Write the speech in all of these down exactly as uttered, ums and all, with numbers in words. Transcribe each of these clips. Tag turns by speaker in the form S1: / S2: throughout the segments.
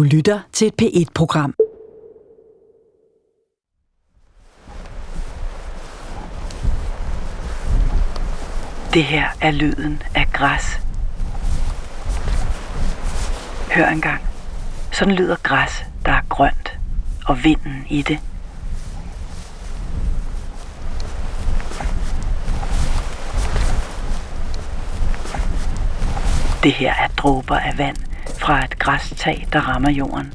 S1: Du lytter til et P et-program. Det her er lyden af græs. Hør engang. Sådan lyder græs, der er grønt, og vinden i det. Det her er dråber af vand fra et græstag, der rammer jorden.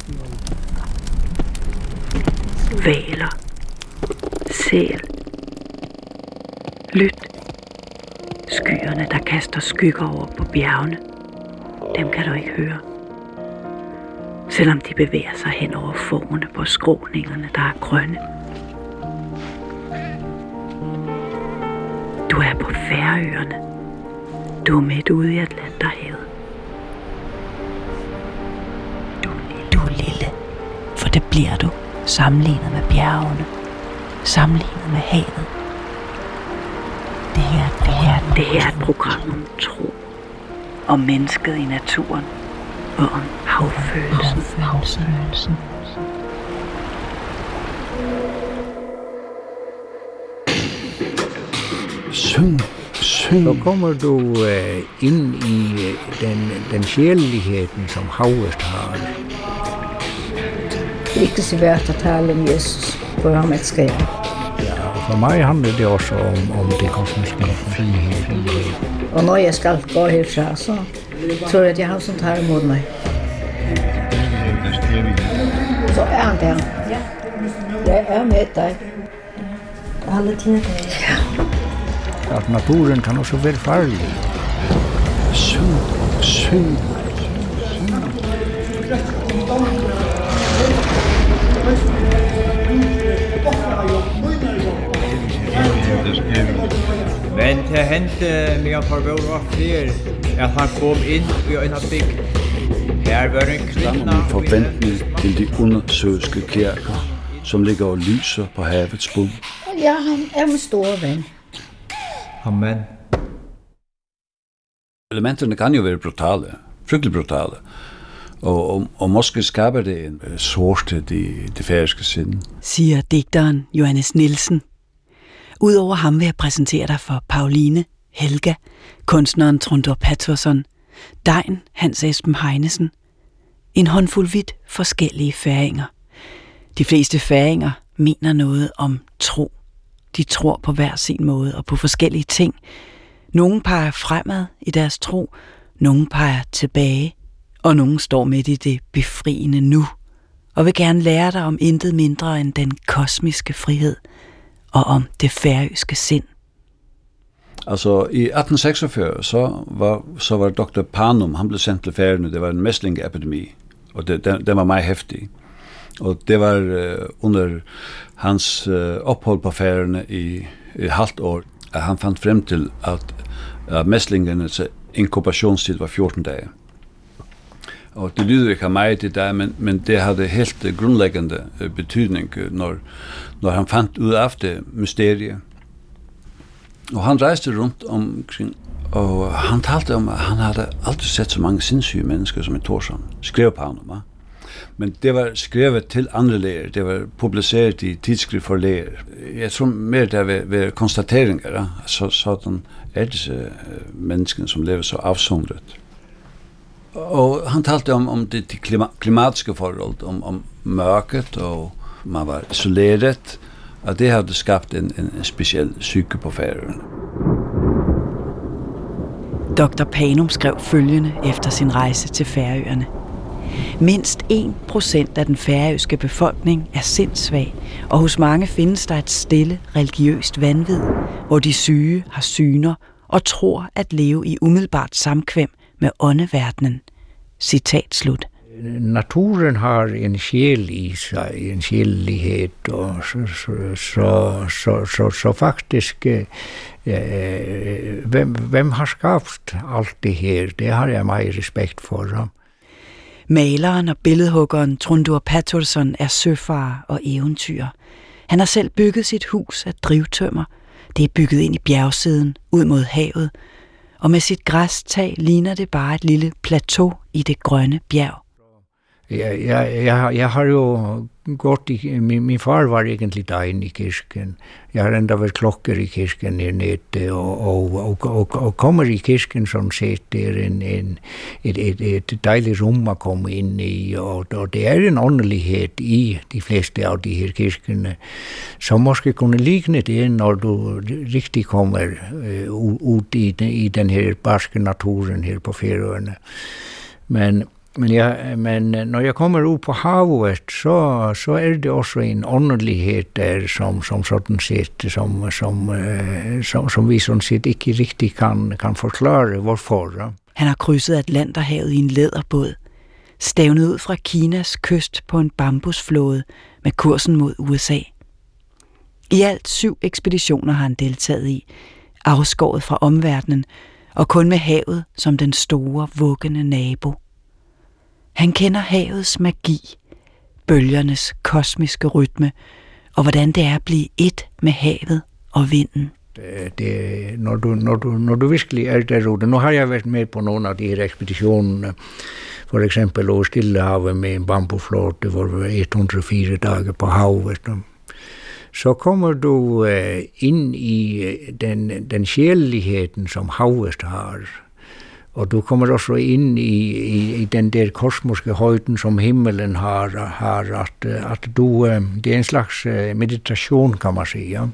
S1: Hvaler. Sæl. Lyt. Skyerne, der kaster skygger over på bjergene. Dem kan du ikke høre. Selvom de bevæger sig hen over formerne på skråningerne, der er grønne. Du er på Færøerne. Du er midt ude i Atlanterhavet. Du, du er lille, for det bliver du, sammenlignet med bjergene, sammenlignet med havet. Det her, det her, det her er et program om tro, om mennesket i naturen og om havfølelsen. havfølelsen.
S2: Syng, syng. Så kommer du uh, ind i uh, den, den sjæleligheden, som havet har.
S3: Det er ikke så svært at tale om Jesus, for ham at skrive.
S2: Ja, og for mig handler det også om, om det kosmiske frihed.
S3: Og når jeg skal gå herfra, så tror jeg, at jeg har sådan taget imod mig. Så er han der. Ja. Jeg er med dig. Alle dine dage. Ja.
S2: At naturen kan også være farlig. Syng, syng.
S4: Men det hendte mig for vår var flere, at han kom ind i en bygd. Her var en kvinne
S5: med forventning til de undersøiske kirker, som ligger og lyser på havets bund.
S3: Ja, han er min store ven.
S4: Amen.
S5: Elementerne kan jo være brutale, frygtelig brutale. Og, og, og måske skaber det en sårstid i det færøske sind.
S1: Siger digteren Johannes Nielsen. Udover ham vil jeg præsentere dig for Pauline, Helga, kunstneren Tróndur Pétursson, Dein Hans Esben Heinesen, en håndfuld vidt forskellige færinger. De fleste færinger mener noget om tro. De tror på hver sin måde og på forskellige ting. Nogle peger fremad i deres tro, nogle peger tilbage, og nogle står midt i det befriende nu, og vil gerne lære dig om intet mindre end den kosmiske frihed og om det færøske sind.
S5: Altså i atten seksogfyrre så var, så var doktor Panum, han blev sendt til Færøerne, det var en mæslingeepidemi, og det, den, den var meget heftig. Og det var uh, under hans uh, ophold på Færøerne i et halvt år, at han fandt frem til, at uh, mæslingernes inkubationstid var fjorten dage. Og det lyder ikke af mig det der, men, men det havde helt uh, grundlæggende uh, betydning, når, når han fandt ud af det mysterie. Og han rejste rundt omkring, og han talte om, at han havde aldrig set så mange sindssyge mennesker som i Tórshavn. Skrev på ham, va? Men det var skrevet til andre læger, det var publiceret i tidsskrift for læger. Jeg tror mere, der var, var konstateringer, ja? så, sådan er disse mennesker, som lever så afsondret. Og han talte om, om det, de klima, klimatiske forhold, om, om mørket, og man var isoleret, og det havde skabt en, en, en speciel psyke på Færøerne.
S1: doktor Panum skrev følgende efter sin rejse til Færøerne. Mindst en procent af den færøske befolkning er sindssvag, og hos mange findes der et stille religiøst vanvid, hvor de syge har syner og tror at leve i umiddelbart samkvem med åndeverdenen. Citat slut.
S2: Naturen har en sjæl i sig, en sjælighed, og så, så, så, så, så, så faktisk, øh, hvem, hvem har skabt alt det her? Det har jeg meget respekt for ham.
S1: Maleren og billedhuggeren Tróndur Pétursson er søfarer og eventyrer. Han har selv bygget sit hus af drivtømmer. Det er bygget ind i bjergsiden, ud mod havet, og med sit græstag ligner det bare et lille plateau i det grønne bjerg.
S2: Jeg, jeg, jeg, jeg har jo gått i, min, min far var egentlig dein i kirken. Jeg har enda vært klokker i kirken her nede, og, og, og, og, og kommer i kirken som sett, det er en, en, et, et, et deilig rom å komme inn i, og, og det er en åndelighet i de fleste av de her kirkene, som måske kunne ligne det når du riktig kommer uh, ut i, i den her barske naturen her på Færøerne. Men Men, jeg, men når jeg kommer ut på havet, så, så er det også en åndelighet der som, som sådan set, som, som, som, som vi sådan set ikke rigtig kan, kan forklare hvorfor.
S1: Han har krydset Atlanterhavet i en læderbåd, stævnet ud fra Kinas kyst på en bambusflåde med kursen mod U S A. I alt syv ekspeditioner har han deltaget i, afskåret fra omverdenen og kun med havet som den store, vuggende nabo. Han kender havets magi, bølgernes kosmiske rytme, og hvordan det er at blive ét med havet og vinden.
S2: Det, det, når, du, når, du, når du virkelig er derude, nu har jeg været med på nogle af de her ekspeditioner, for eksempel over Stillehavet med en bambuflåte, hvor vi var et hundrede og fire dage på havet. Så kommer du uh, ind i den, den sjæligheden, som havet har. Og du kommer også ind i, i, i den der kosmiske højden, som himmelen har, har at, at du, det er en slags meditation, kan man sige. Ja.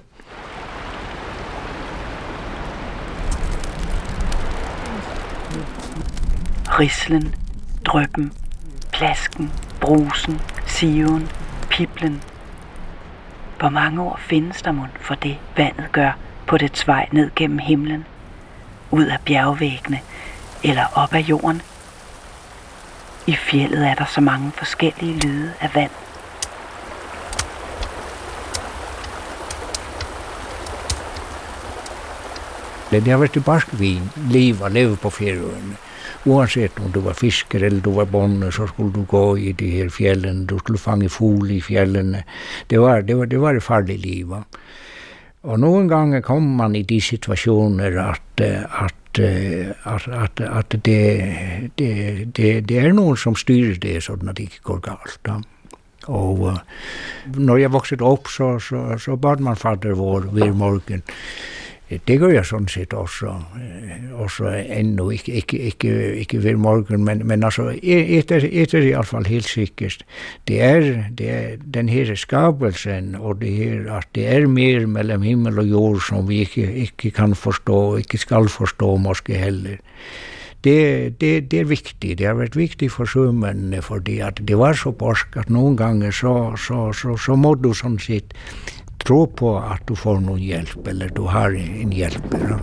S1: Rislen, dryppen, plasken, brusen, siven, piblen. Hvor mange år findes der mund for det, vandet gør på dets vej ned gennem himlen, ud af bjergvæggene, eller op af jorden. I fjeldet er der så mange forskellige lyde af vand.
S2: Det har været det barske liv at leve på Færøerne. Uanset om du var fisker eller du var bonde, så skulle du gå i de her fjellene, du skulle fange fugle i fjellene. Det var det, var, det, var det farlige liv. Og nogle gange kommer man i de situationer, at, at At, at, at det, det, det, det er nogen, som styrer det, sådan at det ikke går galt. Ja. Og uh, når jeg voksede op, så, så, så bad man fader vor hver morgen. Det gør jeg sådan set også, også endnu, ikke, ikke, ikke, ikke hver morgen, men, men altså, et er, et er i hvert fall helt sikkert. Det er, det er den her skabelsen, og det her, at det er mere mellem himmel og jord, som vi ikke, ikke kan forstå, ikke skal forstå måske heller. Det, det, det er vigtigt. Det har været vigtigt for sømændene, fordi at det var så barsk, at nogle gange så, så, så, så må du sådan set tro på, at du får nogen hjælp, eller du har en hjælp. Ja.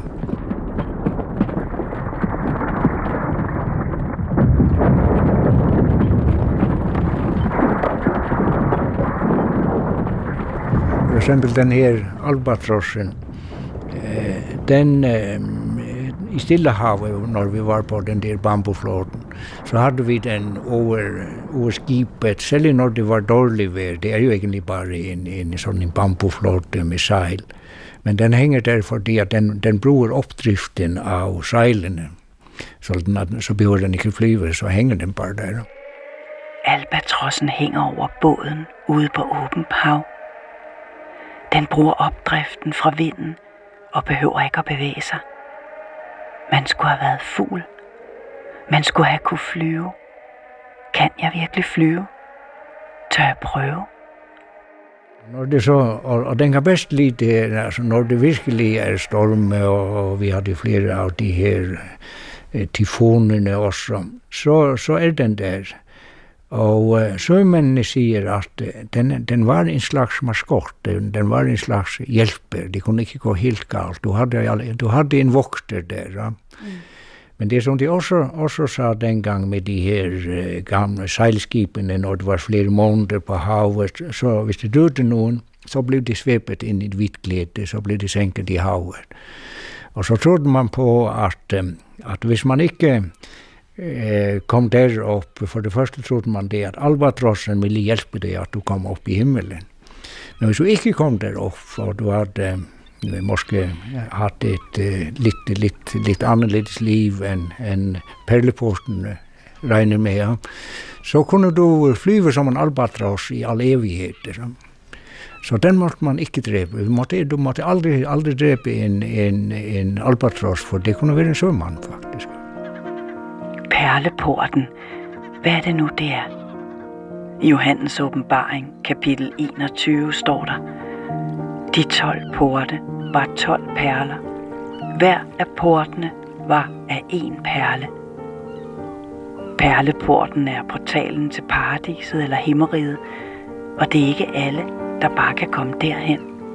S2: For eksempel den her albatrossen, den i Stillehavet, når vi var på den der bambuflåten, så havde vi den over, over skibet, selv når det var dårligt vejr. Det er jo egentlig bare en, en sådan en bambuflåte med sejl. Men den hænger der, fordi at den, den bruger opdriften af sejlene. Så, den, så behøver den ikke flyve, så hænger den bare der.
S1: Albatrossen hænger over båden ude på åbent hav. Den bruger opdriften fra vinden og behøver ikke at bevæge sig. Man skulle have været fugl. Man skulle have kunne flyve. Kan jeg virkelig flyve? Tør jeg prøve?
S2: Når det så, og, og den kan bedst lide det, altså når det virkelig er storme, og, og vi har de flere af de her eh, tyfonerne også, så, så er den der. Og øh, sømændene siger, at øh, den, den var en slags maskot, den, den var en slags hjælper, det kunne ikke gå helt galt. Du havde, du havde en vogter der. Ja? Mm. Men det som de også, også sa dengang med de her øh, gamle sejlskibene, når det var flere måneder på havet, så hvis det døde nogen, så blev de svæbet ind i et hvidt klæde, så blev de sænket i havet. Og så trodde man på, at, øh, at hvis man ikke kom derop, for det første trodde man det, at albatrossen ville hjælpe dig, at du kom op i himmelen. Men hvis du ikke kom derop, og du havde uh, måske haft et uh, lidt, lidt, lidt anderledes liv, end, end perleposten regner med, ja, så kunne du flyve som en albatros i all evigheter. Så. Så den måtte man ikke drepe. Du måtte, du måtte aldri, aldri drepe en, en, en albatros, for det kunne være en sømand, faktisk.
S1: Perleporten. Hvad er det nu, det er? I Johannes åbenbaring, kapitel enogtyve, står der: De tolv porte var tolv perler. Hver af portene var af en perle. Perleporten er portalen til paradiset eller himmeriget, og det er ikke alle, der bare kan komme derhen.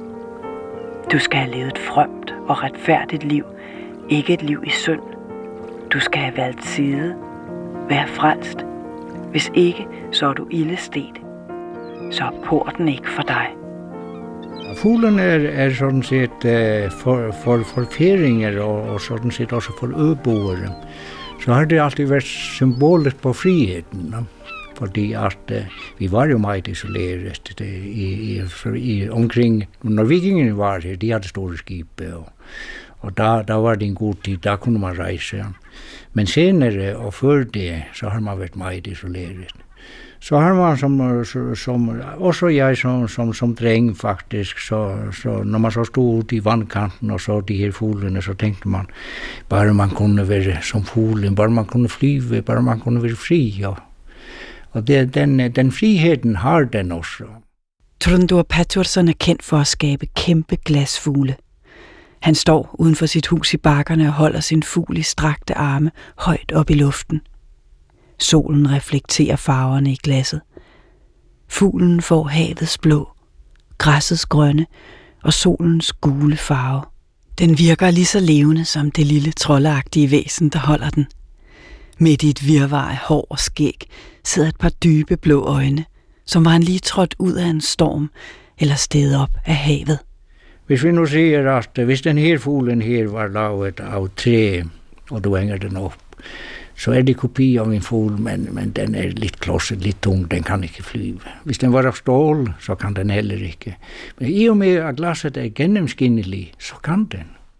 S1: Du skal have levet et fromt og retfærdigt liv, ikke et liv i synd. Du skal have valgt side, være frelst. Hvis ikke, så er du ildestet. Så er porten ikke for dig.
S2: Fuglen er, er sådan set uh, for, for, for færinger og, og sådan set også for øboere. Så har det altid været symbolet på friheden. No? Fordi at uh, vi var jo meget isoleret det, i, i, i, omkring, når vikingerne var her, de havde store skibe, og, og der, der var det en god tid, der kunne man rejse. Men senere og før det, så har man været meget isoleret. Så har man som, som også jeg som, som, som dreng faktisk, så, så når man så stod ud i vandkanten og så de her fuglene, så tænkte man, bare man kunne være som fuglen, bare man kunne flyve, bare man kunne være fri. Og, og det, den, den friheden har den også.
S1: Tróndur Patursson er kendt for at skabe kæmpe glasfugle. Han står uden for sit hus i bakkerne og holder sin fugl i strakte arme højt op i luften. Solen reflekterer farverne i glasset. Fuglen får havets blå, græssets grønne og solens gule farve. Den virker lige så levende som det lille troldeagtige væsen, der holder den. Midt i et virvar af hår og skæg sidder et par dybe blå øjne, som var han lige trådt ud af en storm eller steget op af havet.
S2: Hvis vi nu siger, at hvis den her fuglen her var lavet af træ, og du hænger den op, så er det kopi av en fugl, men, men den er lidt klodset, lidt tung, den kan ikke flyve. Hvis den var af stål, så kan den heller ikke. Men i og med at glasset er gennemskinnelig, så kan den.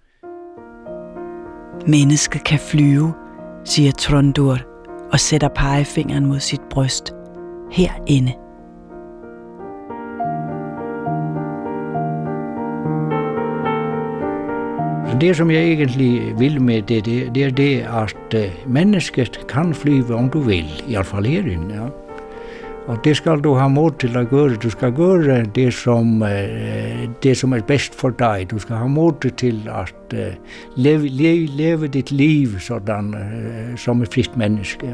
S1: Mennesket kan flyve, siger Tróndur og sætter pegefingeren mod sit bryst. Herinde.
S2: Det, som jeg egentlig vil med det, det, det er det, at mennesket kan flyve, om du vil, i hvert fald herinde. Ja. Og det skal du have mod til at gøre. Du skal gøre det, som, det, som er bedst for dig. Du skal have mod til at leve, leve, leve dit liv sådan, som et frit menneske.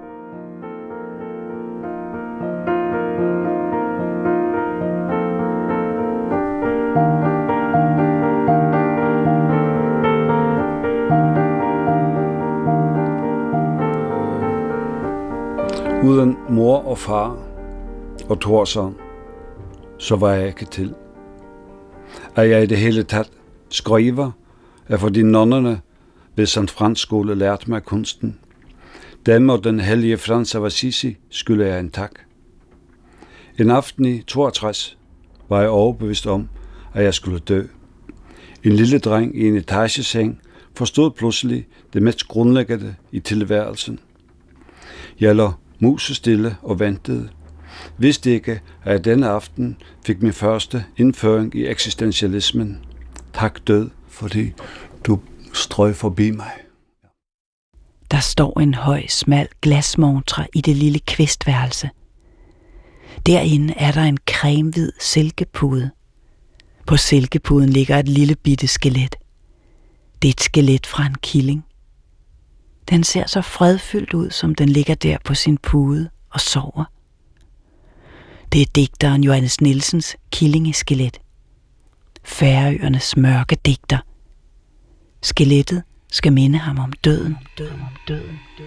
S5: Uden mor og far og Thorsson, så var jeg ikke til. At jeg i det hele taget skriver, er fordi nonnerne ved Sankt Frans skole lærte mig kunsten. Dem og den hellige Frans af Assisi skylder jeg en tak. En aften i toogtres var jeg overbevist om, at jeg skulle dø. En lille dreng i en etageseng forstod pludselig det mest grundlæggende i tilværelsen. Jeg lå musestille og ventede. Vidste ikke, at jeg denne aften fik min første indføring i eksistentialismen. Tak død, fordi du strøg forbi mig.
S1: Der står en høj, smal glasmontre i det lille kvistværelse. Derinde er der en cremehvid silkepude. På silkepuden ligger et lille bitte skelet. Det er et skelet fra en killing. Den ser så fredfyldt ud, som den ligger der på sin pude og sover. Det er digteren Johannes Nielsens killingeskelet. Færøernes mørke digter. Skelettet skal minde ham om døden. døden, døden, døden.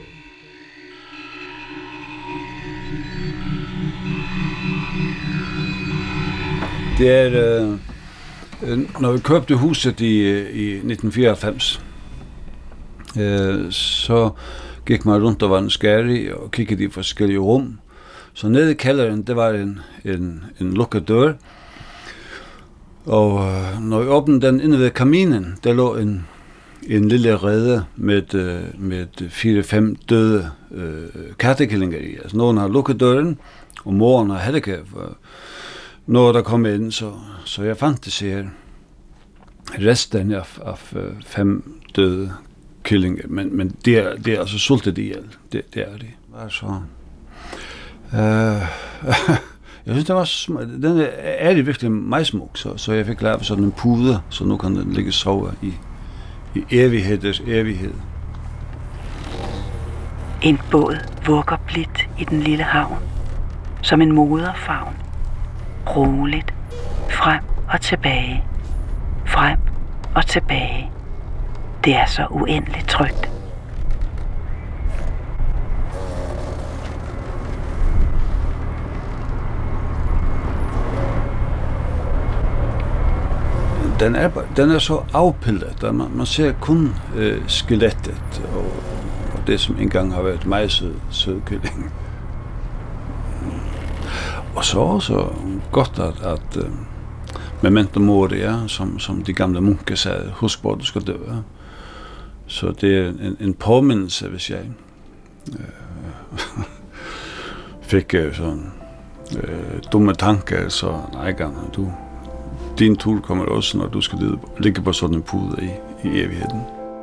S5: Det er, øh, når vi købte huset i, i nitten fireoghalvfems, øh, så gik man rundt og var nysgerrig og kiggede i forskellige rum. Så nede i kælderen, det var en, en, en lukket dør. Og øh, når vi åbnede den inde ved kaminen, der lå en, en lille rede med, øh, med fire-fem døde øh, kattekillinger i. Altså, nogen har lukket døren, og moren har heller ikke noget, der kom ind, så, så jeg fandt det her resten af, af fem døde kyllinger, men, men det, er, det er altså sultet ihjel. Det, det er det. Altså, øh, jeg synes, det var sm- den er, er det virkelig meget smuk, så, så jeg fik lavet sådan en puder, så nu kan den ligge og sove i, i evigheders evighed.
S1: En båd vugger blidt i den lille havn, som en moderfavn. Roligt, frem og tilbage, frem og tilbage. Det er så uendeligt trygt.
S5: Den er, den er så afpillet, at man, man ser kun øh, skelettet og, og det, som engang har været meget sød, sød kylling. Og så også godt, at, at uh, memento mori, ja, som, som de gamle munker sagde, husk på, at du skal dø. Ja. Så det er en, en påmindelse, hvis jeg uh, fik uh, sådan uh, dumme tanker, så nej, gang, du, din tur kommer også, når du skal ligge på sådan en pude i, i evigheden.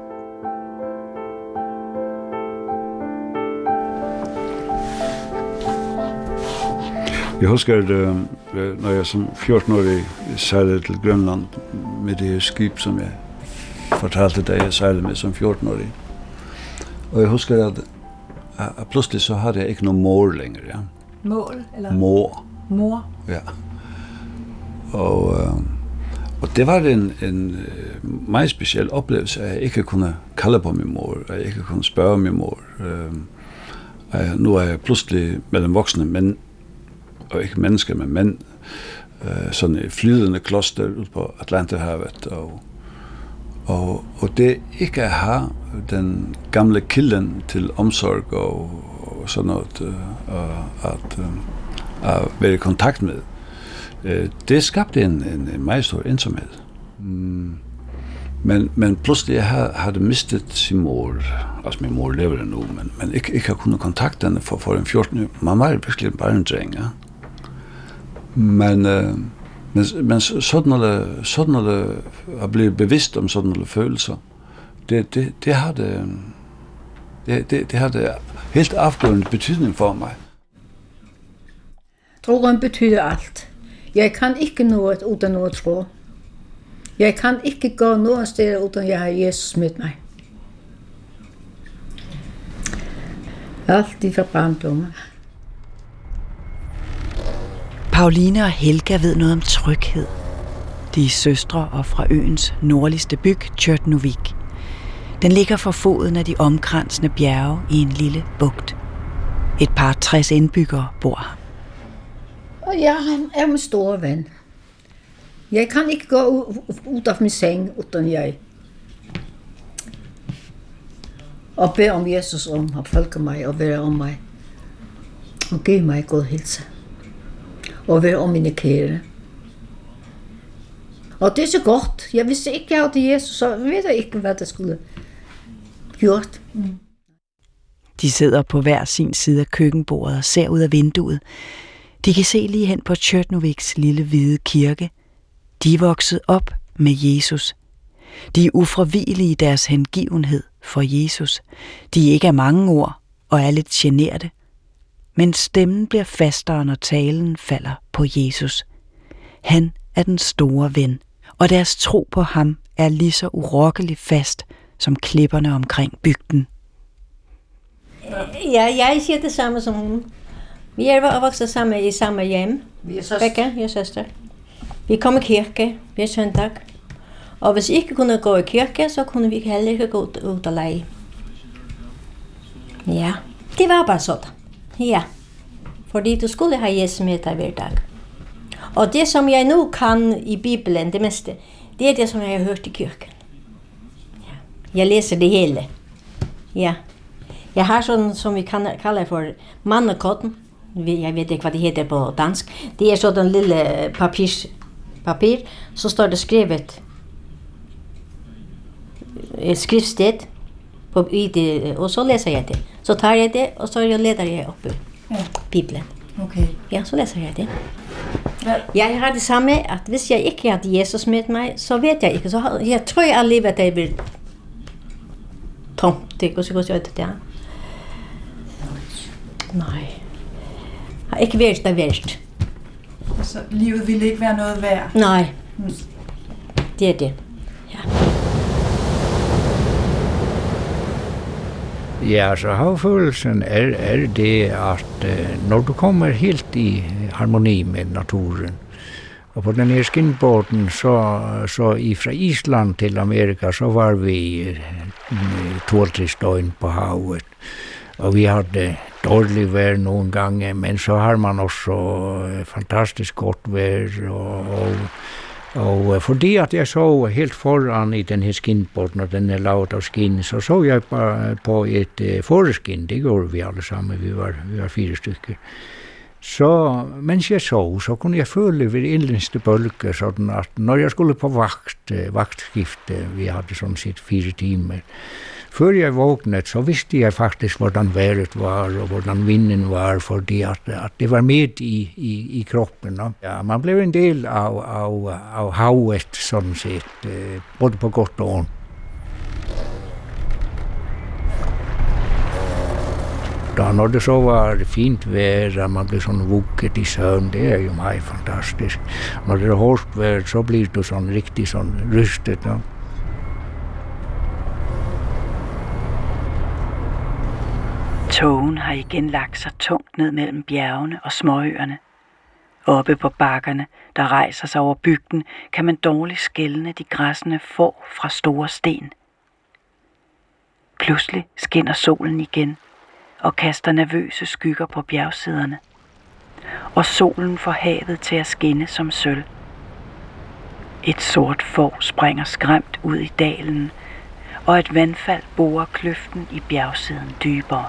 S5: Jeg husker, at øh, når jeg som fjorten-årig sejlede til Grønland med det her skib, som jeg fortalte dig, jeg sejlede med som fjorten-årig. Og jeg husker, at, at pludselig så havde jeg ikke nogen mor længere. Ja.
S3: Mål? Eller?
S5: Mor.
S3: Mor?
S5: Ja. Og, øh, og det var en, en meget speciel oplevelse, at jeg ikke kunne kalde på min mor, at jeg ikke kunne spørge min mor. Øh, nu er jeg pludselig mellem voksne mænd, og ikke mennesker, men mænd, øh, sådan et flydende kloster ud på Atlanterhavet, og, og, og det ikke at have den gamle kilden til omsorg og, og sådan noget, øh, at, øh, at være i kontakt med, øh, det skabte en, en, en meget stor ensomhed. Mm. Men, men pludselig jeg havde, havde mistet sin mor, altså min mor lever nu, men, men ikke, ikke har kunnet kontakte henne for, for en fjorten-årig. Man var virkelig bare en dreng, ja. Men, øh, men, men sådan noget, sådan noget, at blive bevidst om sådan nogle følelser, det, det, det, har det, det, det, det har det helt afgørende betydning for mig.
S3: Troen betyder alt. Jeg kan ikke noget uden noget tro. Jeg kan ikke gå nogen steder uden jeg har Jesus med mig. Alt i forbranddommer.
S1: Pauline og Helga ved noget om tryghed. De er søstre og fra øens nordligste byg, Tjørnovik. Den ligger for foden af de omkransende bjerge i en lille bugt. Et par tres indbyggere bor her.
S3: Og jeg er min store ven. Jeg kan ikke gå ud af min seng, uden jeg og bede om Jesus om at følge mig og være om mig og give mig god hilse og være om mine kære. Og det er så godt. Jeg vidste ikke, jeg havde Jesus, så ved jeg ikke, hvad det skulle gjort. Mm.
S1: De sidder på hver sin side af køkkenbordet og ser ud af vinduet. De kan se lige hen på Tjørnoviks lille hvide kirke. De er vokset op med Jesus. De er ufravigelige i deres hengivenhed for Jesus. De er ikke af mange ord og er lidt generte. Men stemmen bliver fastere, når talen falder på Jesus. Han er den store ven, og deres tro på ham er lige så urokkelig fast som klipperne omkring bygden.
S6: Ja, jeg siger det samme som hun. Vi er opvokset sammen i samme hjem.
S3: Vi er søster.
S6: Begge, jeg er søster. Vi kom i kirke hver søndag. Og hvis vi ikke kunne gå i kirke, så kunne vi heller ikke gå ud og lege. Ja, det var bare sådan. Ja, fordi du skulle have Jesus med dig hver dag. Og det som jeg nu kan i Bibelen, det meste, det er det som jeg har hørt i kirken. Ja. Jeg læser det hele. Ja. Jeg har sådan, som vi kan kalde for mannekotten. Jeg ved ikke, hvad det heter på dansk. Det er sådan en lille papir, papir, så står det skrevet et skriftsted, på, i det, og så læser jeg det. Så tar jeg det, og så leder jeg opp i
S7: Ja.
S6: Bibelen.
S7: Okay.
S6: Ja, så leser jeg det.
S7: Hvad?
S6: Jeg har det samme, at hvis jeg ikke hadde Jesus med meg, så vet jeg ikke. Så har, jeg tror jeg livet at det blir tomt. Det er ikke så godt, ja. Nej. Har ikke vært det værst.
S7: Så livet ville ikke være noget værd.
S6: Nej.
S7: Mm.
S6: Det er det. Ja.
S2: Ja, så havfølelsen er, er det, at uh, når du kommer helt i harmoni med naturen, og på den her skinnbåten, så, så fra Island til Amerika, så var vi uh, to-tre døgn på havet. Og vi hadde dårlig vær noen ganger, men så har man også uh, fantastisk godt vær, og, og Og fordi at jeg så helt foran i den her skinnbåten, og den er lavet av skinn, så så jeg bare på et uh, foreskinn, det gjorde vi alle sammen, vi var, vi var fire stykker. Så mens jeg så, så kunne jeg føle ved innerste bølge, sånn at når jeg skulle på vakt, uh, vaktskifte, vi hadde sånn sett fire timer, før jeg våknet, så visste jeg faktisk hvordan været var, og hvordan vinden var, fordi at, at det var med i, i, i kroppen. No? Ja, man blev en del av, av, av havet, sånn sett, både på godt og ondt. Da når det så var fint vær, man blev sånn vugget i søvn, det er jo meget fantastisk. Når det er hårdt vær, så blir du sånn riktig sånn rystet. No?
S1: Tågen har igen lagt sig tungt ned mellem bjergene og småøerne. Oppe på bakkerne, der rejser sig over bygden, kan man dårligt skelne de græssende får fra store sten. Pludselig skinner solen igen og kaster nervøse skygger på bjergsiderne. Og solen får havet til at skinne som sølv. Et sort får springer skræmt ud i dalen, og et vandfald borer kløften i bjergsiden dybere.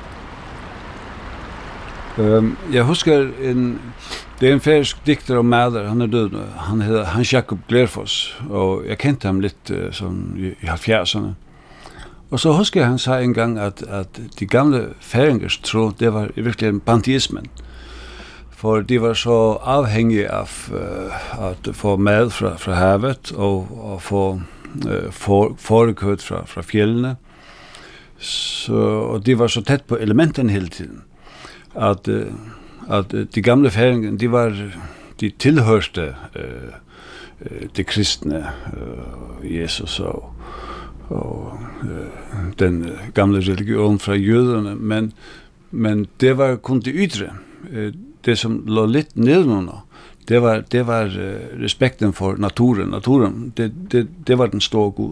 S5: Um, jeg husker en, det er en færøsk dikter og maler, han er død nu, han hedder Hans Jakob Glerfoss, og jeg kendte ham lidt uh, sådan, i, i halvfjerdserne. Og så husker jeg, han sa en gang, at, at de gamle færingers tro, det var virkelig panteismen. For de var så afhængige af uh, at få mad fra, fra havet, og, og få uh, for, forekød fra, fra fjellene. Så, og de var så tæt på elementerne hele tiden. At, uh, at uh, de gamle færinger, de var, de tilhørte uh, uh, det kristne, uh, Jesus og, og uh, den uh, gamle religion fra jøderne, men, men det var kun det ydre. Uh, det som lå lidt nedenunder, det var, det var uh, respekten for naturen. Naturen, det, det, det var den store Gud.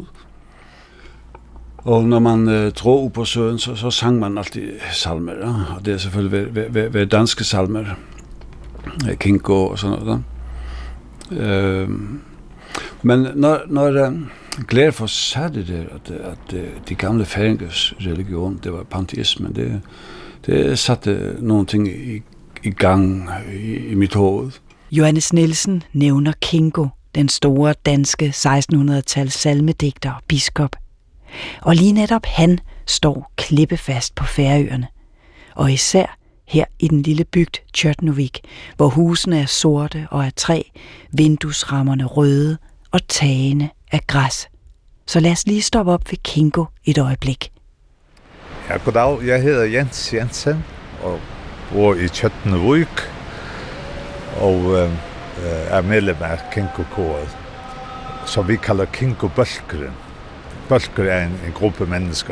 S5: Og når man uh, tror på søen, så, så sang man alltid salmer, ja? Og det er selvfølgelig ved, ved, ved danske salmer, Kinko og sådan noget. Uh, men når, når uh, Glerfoss sagde det der, at, at uh, de gamle færingers religion, det var panteismen, det, det satte nogle ting i, i gang i, i mit hoved.
S1: Johannes Nielsen nævner Kingo, den store danske sekstenhundrede-tals salmedigter og biskop. Og lige netop han står klippefast på Færøerne, og især her i den lille bygd Tjørnovik, hvor husene er sorte og af træ, vinduesrammerne røde og tagene af græs. Så lad os lige stoppe op ved Kingo et øjeblik.
S8: Ja, goddag. Jeg hedder Jens Jensen og bor i Tjørnovik og øh, er medlem af Kingo-koret, som vi kalder Kingo-bølgeren. Bølger er en, en gruppe mennesker.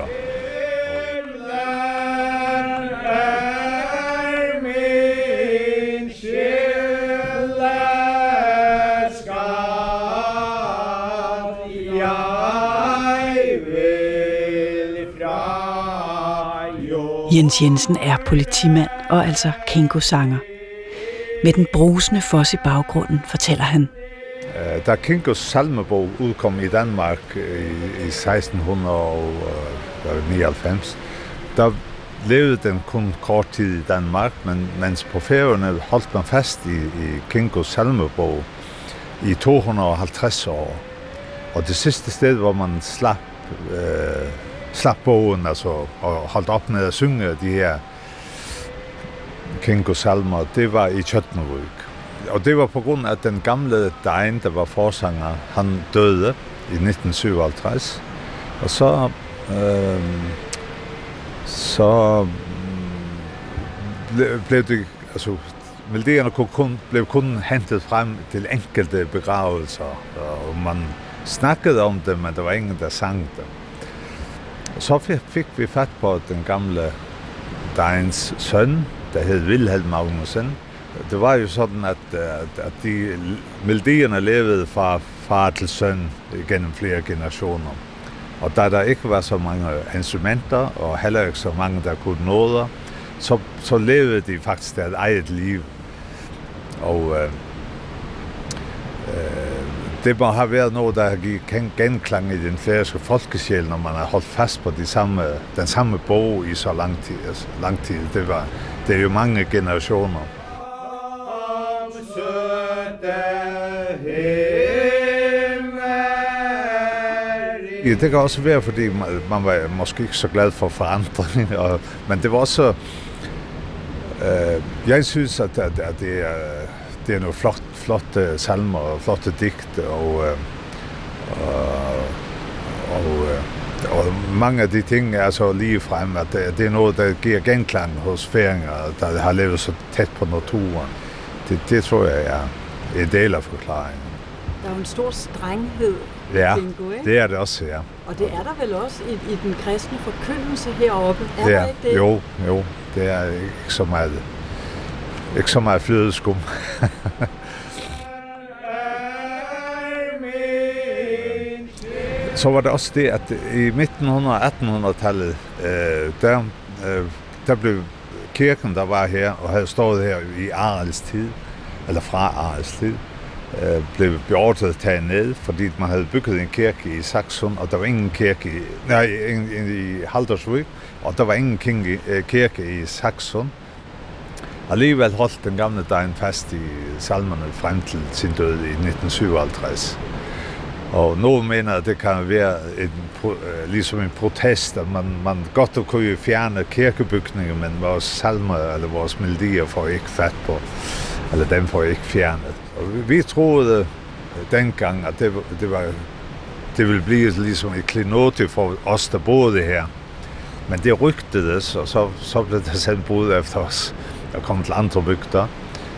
S1: Jens Jensen er politimand og altså Kingo-sanger. Med den brusende foss i baggrunden fortæller han:
S8: Da Kingos salmebog udkom i Danmark i, i seksten nioghalvfems, der levede den kun kort tid i Danmark, men mens på Færøerne holdt man fast i, i Kingos salmebog i to hundrede og halvtreds år. Og det sidste sted, hvor man slap øh, slapp bogen, altså, og holdt op med at synge de her Kinko-salmer, det var i Tjøtnevøk. Og det var på grund af den gamle Dein, der var forsanger, han døde i nitten syvoghalvtreds. Og så øh, så ble, blev det, altså melodierne kun, blev kun hentet frem til enkelte begravelser, og man snakkede om det, men der var ingen, der sang det. Og så fik vi fat på den gamle Deins søn, der hed Wilhelm Magnussen. Det var jo sådan, at, at de melodierne levede fra far til søn gennem flere generationer. Og da der ikke var så mange instrumenter, og heller ikke så mange, der kunne noder, så, så levede de faktisk deres eget liv. Og øh, øh, det må have været noget, der har givet genklang i den færøske folkesjæl, når man har holdt fast på de samme, den samme bog i så lang tid. Altså, lang tid. Det, var, det er jo mange generationer. Ja, det kan også være, fordi man var måske ikke så glad for forandring, og, men det var også, øh, jeg synes, at, at, at det, er, det er nogle flot, flotte salmer og flotte digte, og, øh, og, og, øh, og mange af de ting er så lige frem, at det, det er noget, der giver genklang hos færinger, der har levet så tæt på naturen. Det, det tror jeg er en del af forklaringen.
S9: Der er jo en stor strenghed.
S8: Ja,
S9: Kinko, ikke?
S8: det er det også, ja.
S9: Og det er der vel også i, i den kristne forkyndelse heroppe? Er
S8: det er,
S9: der ikke det?
S8: Jo, jo. Det er ikke så meget, ikke så meget flødeskum. Så var det også det, at i nitten hundrede og attenhundredetallet, øh, der, øh, der blev kirken, der var her og havde stået her i Arels tid, eller fra Arels tid, øh, blev beordret taget ned, fordi man havde bygget en kirke i Saxon, og der var ingen kirke i, nej, in, in, i Haldersvík, og der var ingen king, øh, kirke i Saxon. Alligevel holdt den gamle Dein fast i salmerne frem til sin død i nitten syvoghalvtreds. Og nogen mener, at det kan være en, ligesom en protest, at man, man godt kunne fjerne kirkebygninger, men vores salmer eller vores melodier får ikke fat på, eller dem får ikke fjernet. Og vi troede dengang, at det, det, var, det ville blive ligesom et klinote for os, der boede her. Men det rygtedes, og så, så blev det sendt bud efter os, der kom til andre bygder.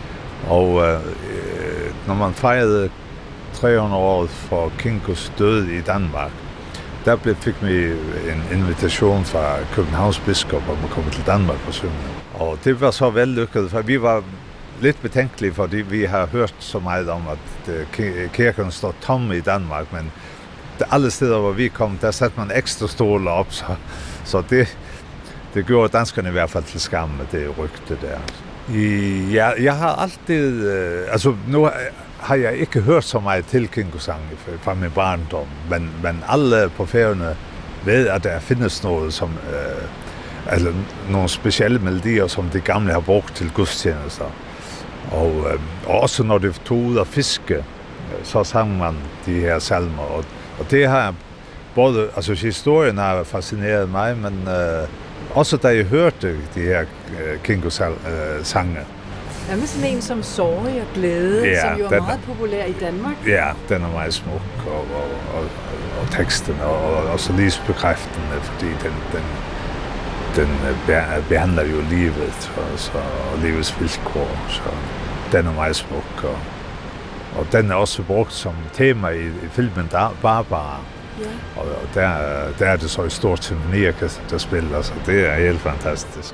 S8: Og øh, når man fejrede tre hundrede år for Kinkos død i Danmark, der blev, fik vi en invitation fra Københavns biskop om at komme til Danmark og synge. Og det var så vellykket, for vi var lidt betænkelige, fordi vi har hørt så meget om, at kirken står tom i Danmark, men alle steder, hvor vi kom, der satte man ekstra stoler op, så, så det, det gjorde danskerne i hvert fald til skam med det rygte der. I, ja, jeg har altid, øh, altså nu har jeg ikke hørt så meget til Kinko-sang fra min barndom, men, men alle på Færøerne ved, at der findes noget, som, øh, altså nogle specielle melodier, som de gamle har brugt til gudstjenester. Og, øh, og også når de tog ud at fiske, så sang man de her salmer. Og, og det har både, altså historien har fascineret mig, men øh, også da jeg hørte de her øh, Kinko-sange.
S9: Hvad med sådan en som Sorg og Glæde,
S8: ja,
S9: som jo er meget populær i Danmark? Ja,
S8: den er meget smuk, og, og, og, og, og teksten, og, og også livsbekræftende, fordi den, den, den behandler jo livet, og, så, og livets vilkår, så den er meget smuk. Og, og den er også brugt som tema i, i filmen Barbara. Ja. Og, og der, der er det så et stort symfoniorkester, der spiller, så det er helt fantastisk.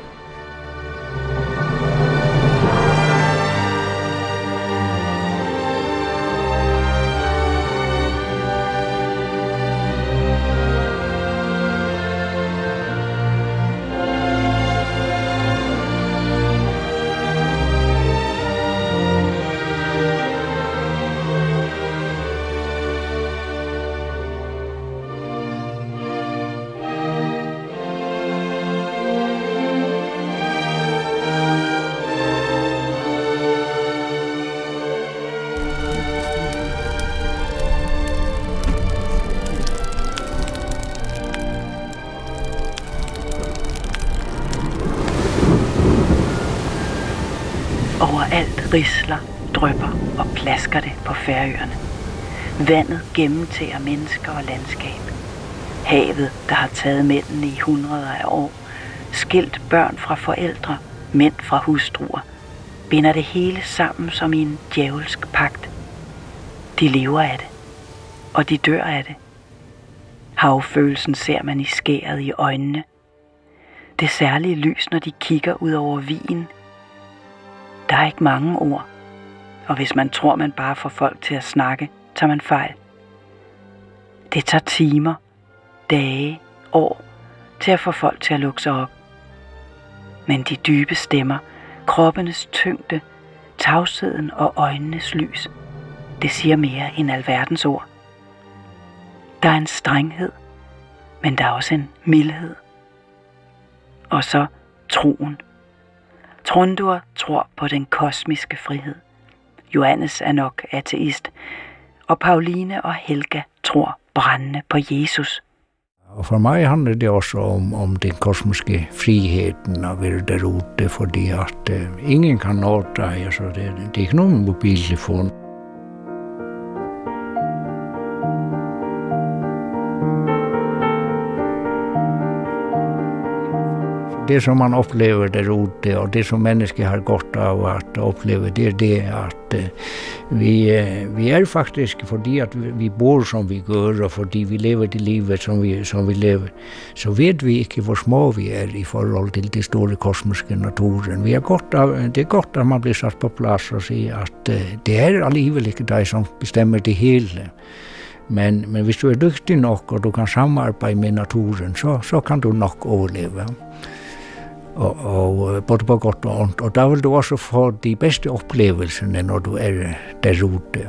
S1: Regnet risler, drypper og plasker det på Færøerne. Vandet gennemtærer mennesker og landskab. Havet, der har taget mændene i hundreder af år, skilt børn fra forældre, mænd fra hustruer, binder det hele sammen som i en djævelsk pagt. De lever af det, og de dør af det. Havfølelsen ser man i skæret i øjnene. Det særlige lys, når de kigger ud over vigen. Der er ikke mange ord, og hvis man tror, man bare får folk til at snakke, tager man fejl. Det tager timer, dage, år til at få folk til at lukke sig op. Men de dybe stemmer, kroppenes tyngde, tavsheden og øjnenes lys, det siger mere end alverdens ord. Der er en strenghed, men der er også en mildhed. Og så troen. Tróndur tror på den kosmiske frihed. Johannes er nok ateist, og Pauline og Helga tror brændende på Jesus.
S2: Og for mig handler det også om, om den kosmiske friheden at være derude, fordi at uh, ingen kan nå dig, altså det, det er ikke nogen mobiltelefon. Det som man oplever derude, og det som mennesker har godt av at oppleve, det er det at uh, vi, uh, vi er faktisk, fordi at vi bor som vi gør, og fordi vi lever det livet som vi, som vi lever, så vet vi ikke hvor små vi er i forhold til det store kosmiske naturen. Vi er godt av, det er godt at man blir satt på plads og siger, at uh, det er alligevel ikke dig som bestemmer det hele. Men, men hvis du er dygtig nok, og du kan samarbejde med naturen, så, så kan du nok overleve. Og, og både på godt og ondt. Og der vil du også få de bedste oplevelserne, når du er derude.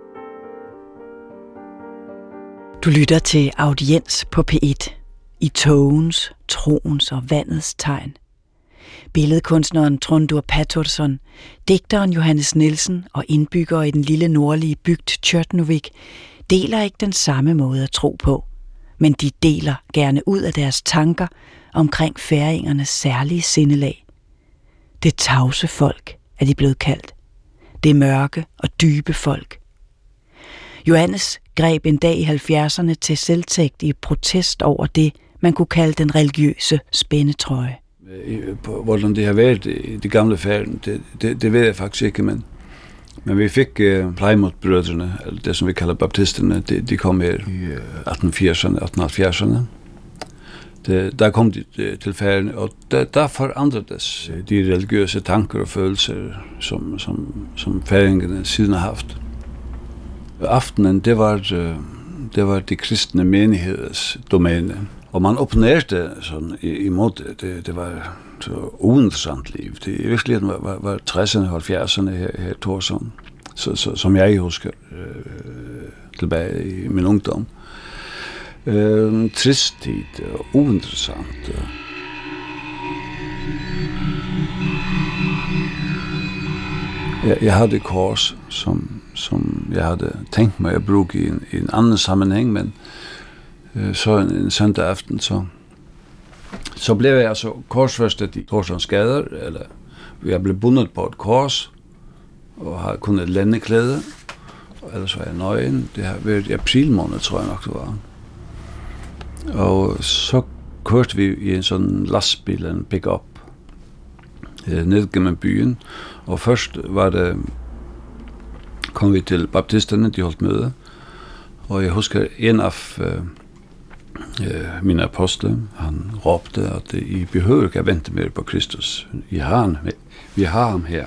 S1: Du lytter til Audiens på P et. I togens, troens og vandets tegn. Billedkunstneren Tróndur Patursson, digteren Johannes Nielsen og indbyggere i den lille nordlige bygd Tjørnuvik deler ikke den samme måde at tro på, men de deler gerne ud af deres tanker omkring færingernes særlige sindelag. Det tavse folk er de blevet kaldt. Det mørke og dybe folk. Johannes greb en dag i halvfjerdserne til selvtægt i protest over det, man kunne kalde den religiøse spændetrøje.
S5: Hvordan det har været i de gamle Færøerne, det, det, det ved jeg faktisk ikke, men, men vi fik uh, Plymouth-brødrene, eller det som vi kalder baptisterne, de, de kom her i atten firserne, atten halvfjerdserne. Det, der kom de til Færøerne, og der, der forandredes de religiøse tanker og følelser, som, som, som færingerne siden har haft. Aftenen, det var, det var de kristne menigheders domæne, og man opponerede sådan imod det. Det, det var så uinteressant liv. Det i virkeligheden var, var, var tresserne og halvfjerdserne her, her i Torshavn, så, så, som jeg husker øh, tilbage i min ungdom. Uh, tristid og uinteressant. Jeg, jeg havde et kors, som, som jeg havde tænkt mig at bruge i en, i en anden sammenhæng, men uh, så en, en søndag aften, så, så blev jeg altså korsfæstet i Torshavns gader, eller jeg blev bundet på et kors, og havde kun et lændeklæde, og ellers var jeg nøgen. Det har været i april måned, tror jeg nok det var. Og så kørte vi i en sådan lastbil, en pick-up, eh, ned gennem byen. Og først var det, kom vi til baptisterne, de holdt møde. Og jeg husker en af eh, mine apostle, han råbte, at I behøver ikke at vente mere på Kristus. I har ham, vi har ham her.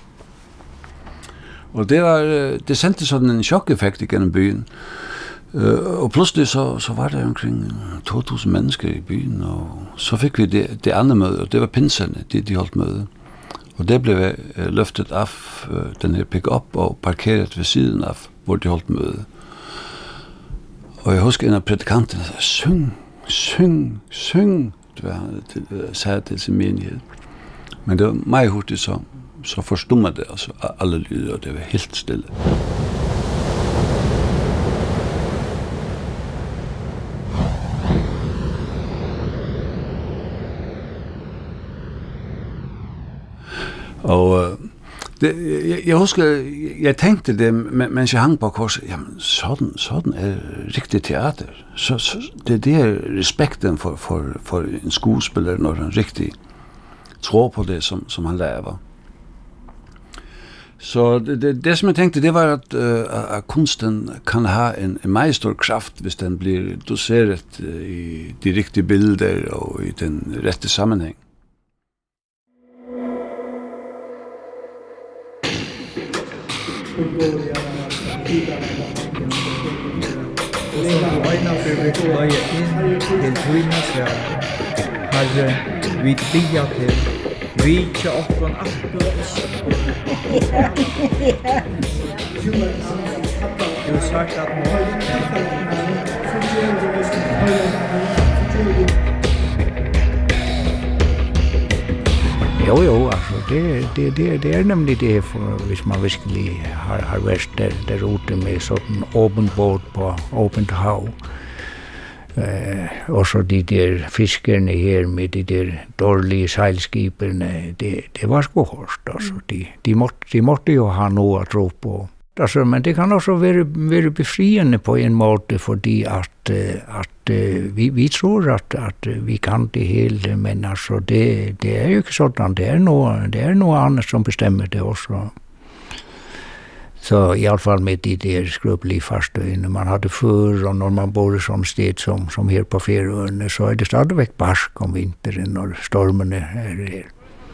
S5: Og det, var, det sendte sådan en chok-effekt gennem byen. Uh, og pludselig så, så var der omkring to tusind mennesker i byen, og så fik vi det, det andre møde, og det var pinserne, de, de holdt møde. Og der blev uh, løftet af uh, den her pick-up og parkeret ved siden af, hvor de holdt møde. Og jeg husker en af prædikanterne sagde, syng, syng, syng, det var han til, uh, sagde til sin menighed. Men det var meget hurtigt, så, så forstummede det, altså alle lyder, og det var helt stille. Og uh, Det, jeg, jeg husker, jeg tænkte det, mens jeg hang på korset, jamen, sådan, sådan er rigtig teater. Så, så, det, det er respekten for, for, for en skuespiller, når han rigtig tror på det, som, som han laver. Så det, det, det, som jeg tænkte, det var, at, uh, at kunsten kan have en, en meget stor kraft, hvis den bliver doseret uh, i de rigtige billeder og i den rette sammenhæng.
S4: Vi bia til vi til okkon aftur. Du har sagt at
S2: Jo, jo, altså, det, det, det, det er nemlig det, for, hvis man virkelig har, har været der, derude med sådan åben båd på åbent hav. Uh, og så de der fiskerne her med de der dårlige sejlskiberne, det, det var sgu hårdt. Altså. De, de, måtte, de måtte jo ha noget at tro på. Altså, men det kan også være, være befriende på en måde, fordi at, at vi, vi tror, at, at vi kan det hele, men altså, det, det er jo ikke sådan. Det er noget, det er noget andet, som bestemmer det også. Så i hvert fall med de der skrøbelige farstøyene man hadde før, og når man bor i sånn sted som, som her på Færøerne, så er det stadigvæk barsk om vinteren når stormene er her.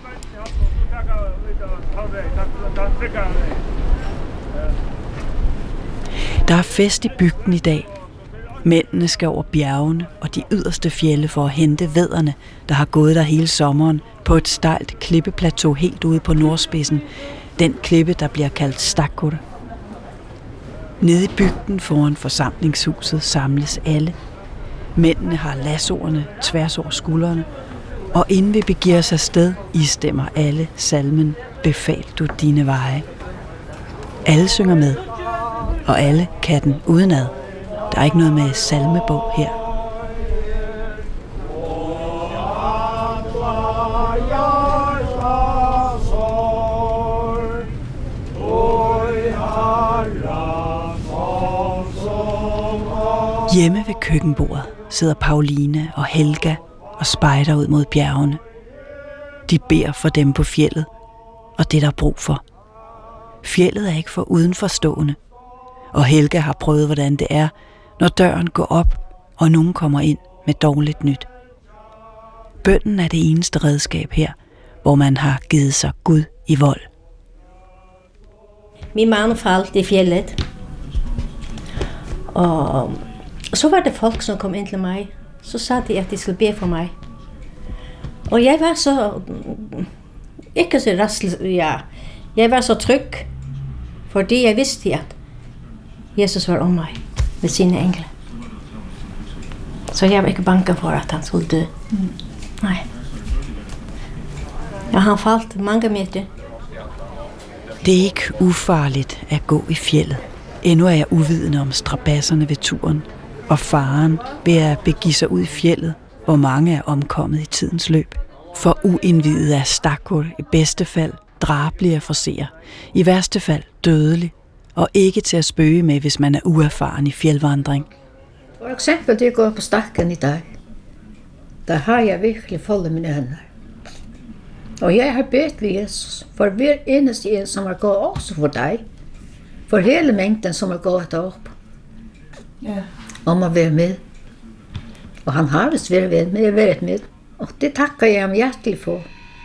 S1: Der er fest i bygden i dag. Mændene skal over bjergene og de yderste fjelde for at hente vædderne, der har gået der hele sommeren på et stejlt klippeplateau helt ude på nordspidsen. Den klippe, der bliver kaldt Stakkur. Nede i bygden foran forsamlingshuset samles alle. Mændene har lassoerne tværs over skuldrene, og inden vi begiver os afsted, istemmer alle salmen Befal du dine veje. Alle synger med, og alle kan den udenad. Der er ikke noget med salmebog her. Hjemme ved køkkenbordet sidder Pauline og Helga og spejder ud mod bjergene. De beder for dem på fjeldet, og det der er brug for. Fjeldet er ikke for udenforstående, og Helga har prøvet, hvordan det er, når døren går op, og nogen kommer ind med dårligt nyt. Bønnen er det eneste redskab her, hvor man har givet sig Gud i vold.
S6: Min mand faldt i fjellet, og så var det folk som kom ind til mig. Så sagde de, at de skulle bede for mig. Og jeg var så, ikke så rastløs, ja, jeg var så tryg, fordi jeg vidste, at Jesus var om mig med sine engle. Så jeg var ikke bange for, at han skulle dø. Mm. Nej. Ja, han faldt mange meter.
S1: Det er ikke ufarligt at gå i fjellet. Endnu er jeg uvidende om strabasserne ved turen, og faren ved at begive sig ud i fjellet, hvor mange er omkommet i tidens løb. For uindvidet er Stakkur i bedste fald drabelig at forsere, i værste fald dødelig, og ikke til at spøge med, hvis man er uerfaren i fjeldvandring.
S3: For eksempel, det går på stakken i dag. Der har jeg virkelig foldet mine hænder. Og jeg har bedt ved Jesus, for hver eneste en som har gået også for dig, for hele mængden som har gået op, ja. Om at være med. Og han har vist været med, været med. Og det takker jeg ham hjertelig for.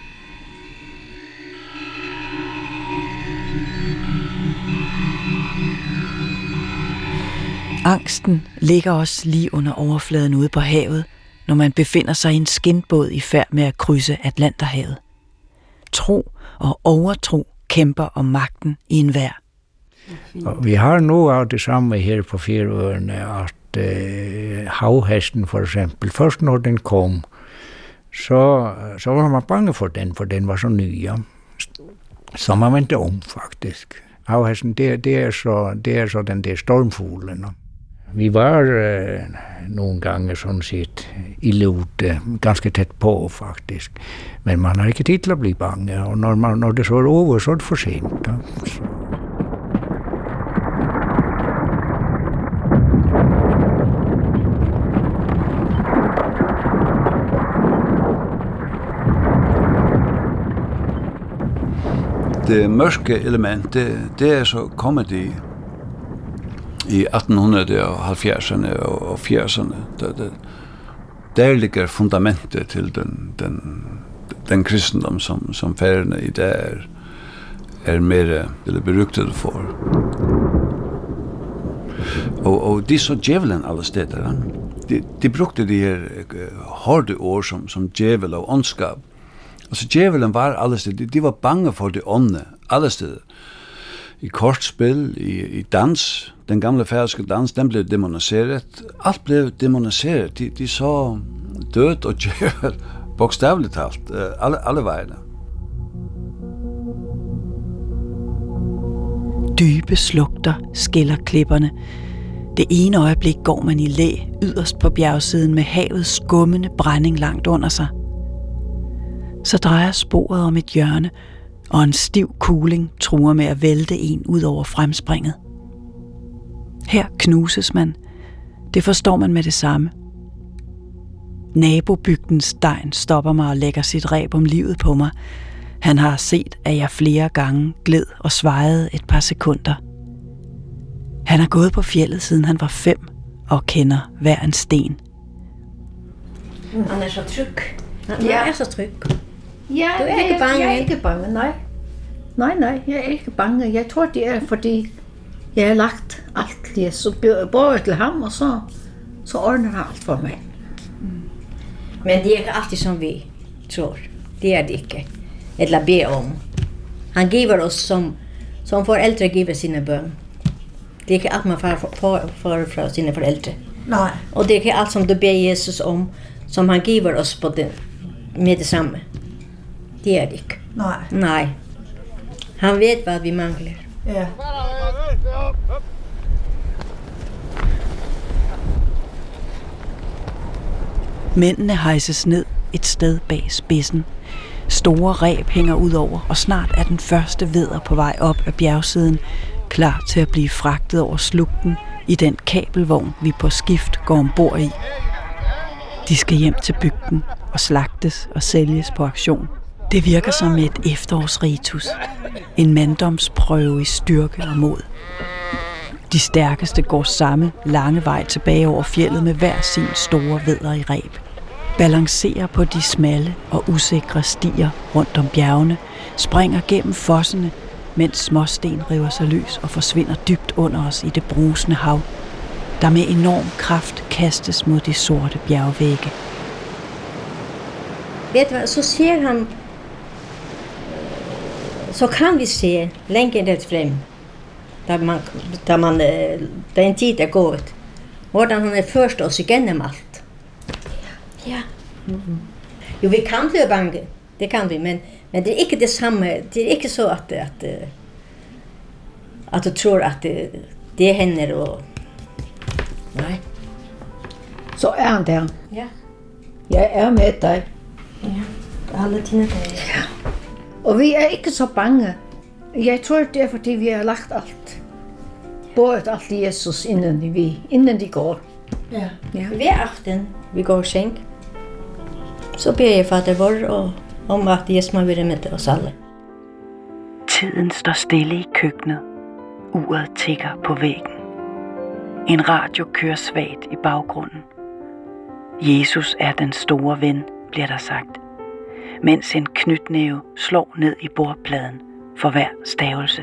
S1: Angsten ligger også lige under overfladen ude på havet, når man befinder sig i en skindbåd i færd med at krydse Atlanterhavet. Tro og overtro kæmper om magten i enhver.
S2: Og vi har noget af det samme her på Færøerne, at øh, havhesten for eksempel, først når den kom, så, så var man bange for den, for den var så ny, ja. Så man vendte om faktisk. Havhesten, det, det, er så, det er så den der stormfuglen. Vi var eh, nogle gange sådan set ille ute, ganske tæt på faktisk. Men man har ikke tid til at blive bange, og når, man, når det så er over, så er det for sent. Da. Så.
S5: Det mørke element, det, det er så comedy i atten halvfjerdserne og firserne. Der, der, der ligger fundamentet til den, den, den kristendom, som, som færerne i dag er, er mere eller berygtet for. Og, og de så djævelen alle steder. De, de brugte de her uh, hårde ord som, som djævel og ondskab. Altså djævelen var alle steder, de, de var bange for det ånde, alle steder. I kortspil, i, i dans, den gamle færøske dans, den blev demoniseret. Alt blev demoniseret. De, de så død og djævel, bogstaveligt talt, alle, alle vejene.
S1: Dybe slugter skiller klipperne. Det ene øjeblik går man i læ yderst på bjergsiden med havets skummende brænding langt under sig. Så drejer sporet om et hjørne, og en stiv kuling truer med at vælte en ud over fremspringet. Her knuses man. Det forstår man med det samme. Nabobygdens Degn stopper mig og lægger sit reb om livet på mig. Han har set, at jeg flere gange gled og svajede et par sekunder. Han har gået på fjeldet, siden han var fem, og kender hver en sten.
S6: Han er så tryg. Han
S3: Ja.
S6: er så tryg.
S3: Ja,
S6: Du er ikke bange?
S3: Jeg er ikke bange, nej. Nej, nej, jeg er ikke bange. Jeg tror, det er, fordi jeg har lagt alt det, så både til ham, og så, så ordner han alt for mig.
S6: Men det er ikke altid som vi tror. Det er det ikke. Eller ber om. Han giver oss som, som forældre giver sine børn. Det er ikke alt man får, får, får fra sine forældre.
S7: Nej.
S6: Og det er ikke alt som du beder Jesus om, som han giver oss på det, med det samme. Det er det ikke.
S7: Nej.
S6: Nej. Han ved, hvad vi mangler.
S7: Ja.
S1: Mændene hejses ned et sted bag spidsen. Store reb hænger ud over, og snart er den første vædder på vej op af bjergsiden, klar til at blive fragtet over slugten i den kabelvogn, vi på skift går ombord i. De skal hjem til bygden og slagtes og sælges på auktion. Det virker som et efterårsritus. En manddomsprøve i styrke og mod. De stærkeste går samme lange vej tilbage over fjeldet med hver sin store vædder i reb. Balancerer på de smalle og usikre stier rundt om bjergene, springer gennem fossene, mens småsten river sig løs og forsvinder dybt under os i det brusende hav, der med enorm kraft kastes mod de sorte bjergvægge.
S6: Ved du hvad, så ser han, så kan vi se længere lidt frem, da man, da man, da en tid er gået, hvordan han er først os igennem alt. Ja. Mm-hmm. Jo, vi kan blive bange, det kan vi, men, men det er ikke det samme, det er ikke så, at, at, at du tror, at det, det hænder, og nej.
S3: Så er han der.
S6: Ja.
S3: Jeg er med dig.
S6: Ja, alle dine dage.
S3: Ja. Og vi er ikke så bange. Jeg tror, det er, fordi vi har lagt alt. Både alt i Jesus, inden vi, inden de går.
S7: Ja.
S6: Ja. Hver aften vi går i seng, så beder jeg fader vor og, om, at Jesus må være med os alle.
S1: Tiden står stille i køkkenet. Uret tikker på væggen. En radio kører svagt i baggrunden. Jesus er den store ven, bliver der sagt, mens en knytnæve slår ned i bordpladen for hver stavelse.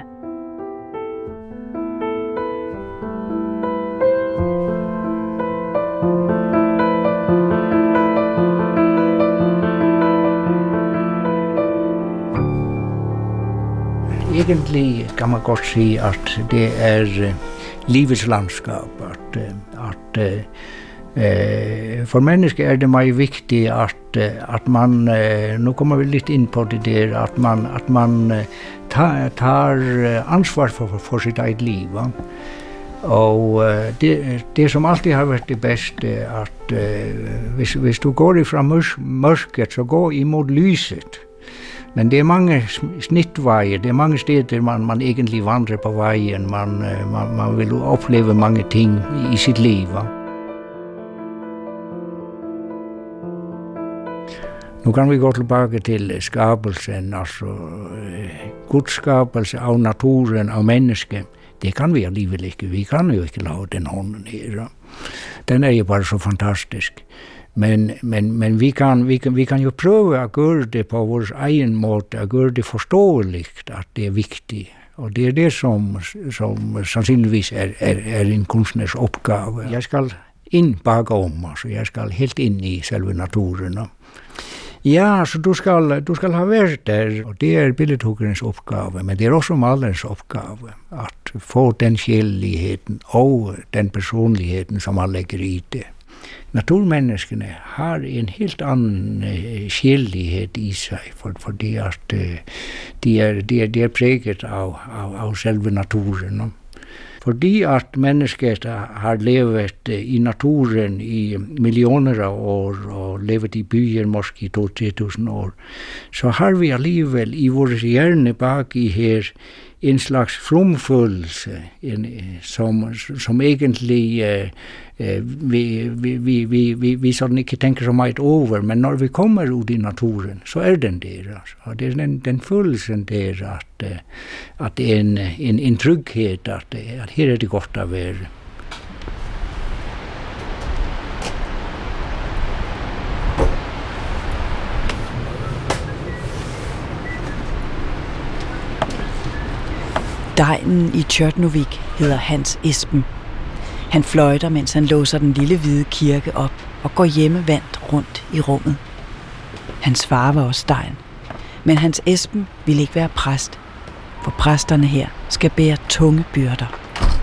S2: Egentlig kan man godt sige, at det er uh, livets landskab. At, uh, at, uh, for mennesker er det meget vigtigt, at, uh, at man, uh, nu kommer vi lidt ind på det der, at man, at man uh, tager, tager ansvar for, for sit eget liv. Ja? Og uh, det, det som alltid har været det bedste, at uh, hvis, hvis du går ifra mørk, mørket, så gå imod lyset. Men det er mange snittveje, det er mange steder man, man egentlig vandrer på vejen, man, uh, man, man vil opleve mange ting i, i sit liv. Nu kan vi gå tilbage til skabelsen, altså uh, Guds skabelse av naturen, av mennesket. Det kan vi alligevel ikke. Vi kan jo ikke lave den hånden her. Den er jo bare så fantastisk. Men, men, men vi, kan, vi, kan, vi kan jo prøve at gøre det på vores egen måde, at gøre det forståeligt, at det er vigtigt. Og det er det, som, som sandsynligvis er, er, er en kunstners opgave. Jeg skal ind bagom, altså jeg skal helt ind i selve naturen. Ja, så du skal, du skal have været der, og det er billedhuggerens opgave, men det er også malerens opgave, at få den sjæleligheden og den personligheden, som man lægger i det. Naturmenneskene har en helt anden uh, sjælelighed i sig, for, fordi at, uh, de, er, de, er, de er præget af, af, af selve naturen. No? Fordi at mennesket har levet i naturen i millioner af år og levet i byer måske i to til tre tusind år, så har vi alligevel i vores hjerne bak i her en slags fromfølelse, en, som, som egentlig uh, uh, vi, vi, vi, vi, vi, vi sådan ikke tænker så meget over, men når vi kommer ud i naturen, så er den der. Altså. Og det er den, den følelsen der, at, uh, at det er en, en, en tryghed, at, at her er det godt at være.
S1: Degnen i Tjørnovik hedder Hans Esben. Han fløjter, mens han låser den lille hvide kirke op og går hjemmevandt rundt i rummet. Hans far var også degn, men Hans Esben ville ikke være præst, for præsterne her skal bære tunge byrder.